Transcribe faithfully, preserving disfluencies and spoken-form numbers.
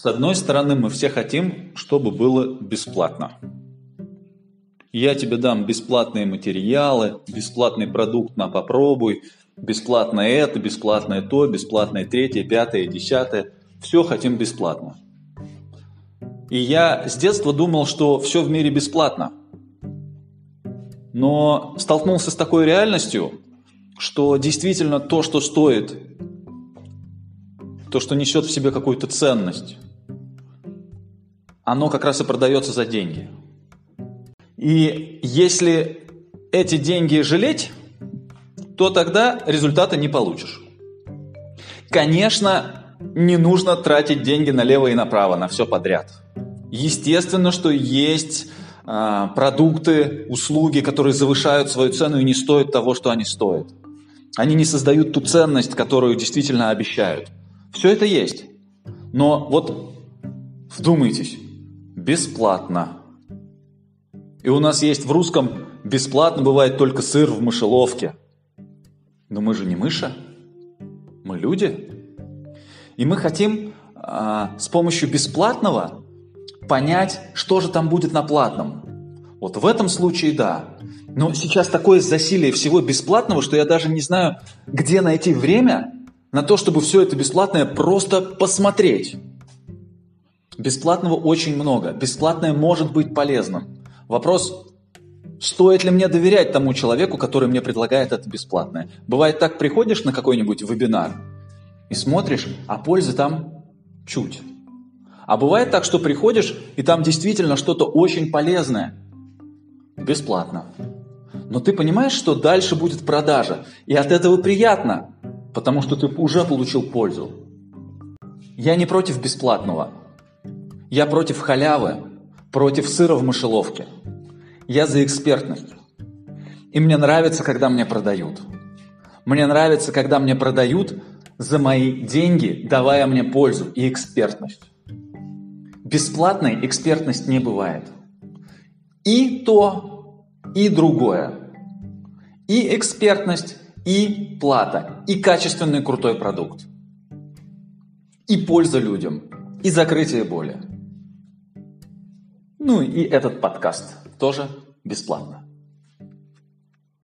С одной стороны, мы все хотим, чтобы было бесплатно. Я тебе дам бесплатные материалы, бесплатный продукт на попробуй, бесплатное это, бесплатное то, бесплатное третье, пятое, десятое. Все хотим бесплатно. И я с детства думал, что все в мире бесплатно. Но столкнулся с такой реальностью, что действительно то, что стоит, то, что несет в себе какую-то ценность, оно как раз и продается за деньги. И если эти деньги жалеть, то тогда результата не получишь. Конечно, не нужно тратить деньги налево и направо, на все подряд. Естественно, что есть э, продукты, услуги, которые завышают свою цену и не стоят того, что они стоят. Они не создают ту ценность, которую действительно обещают. Все это есть. Но вот вдумайтесь, бесплатно. И у нас есть в русском бесплатно бывает только сыр в мышеловке. Но мы же не мыши, мы люди. И мы хотим а, с помощью бесплатного понять, что же там будет на платном. Вот в этом случае да. Но сейчас такое засилие всего бесплатного, что я даже не знаю, где найти время на то, чтобы все это бесплатное просто посмотреть. Бесплатного очень много. Бесплатное может быть полезным. Вопрос, стоит ли мне доверять тому человеку, который мне предлагает это бесплатное. Бывает так, приходишь на какой-нибудь вебинар и смотришь, а пользы там чуть. А бывает так, что приходишь, и там действительно что-то очень полезное. Бесплатно. Но ты понимаешь, что дальше будет продажа. И от этого приятно, потому что ты уже получил пользу. Я не против бесплатного. Я против халявы, против сыра в мышеловке. Я за экспертность. И мне нравится, когда мне продают. Мне нравится, когда мне продают за мои деньги, давая мне пользу и экспертность. Бесплатной экспертность не бывает. И то, и другое. И экспертность, и плата, и качественный крутой продукт. И польза людям, и закрытие боли. Ну и этот подкаст тоже бесплатно.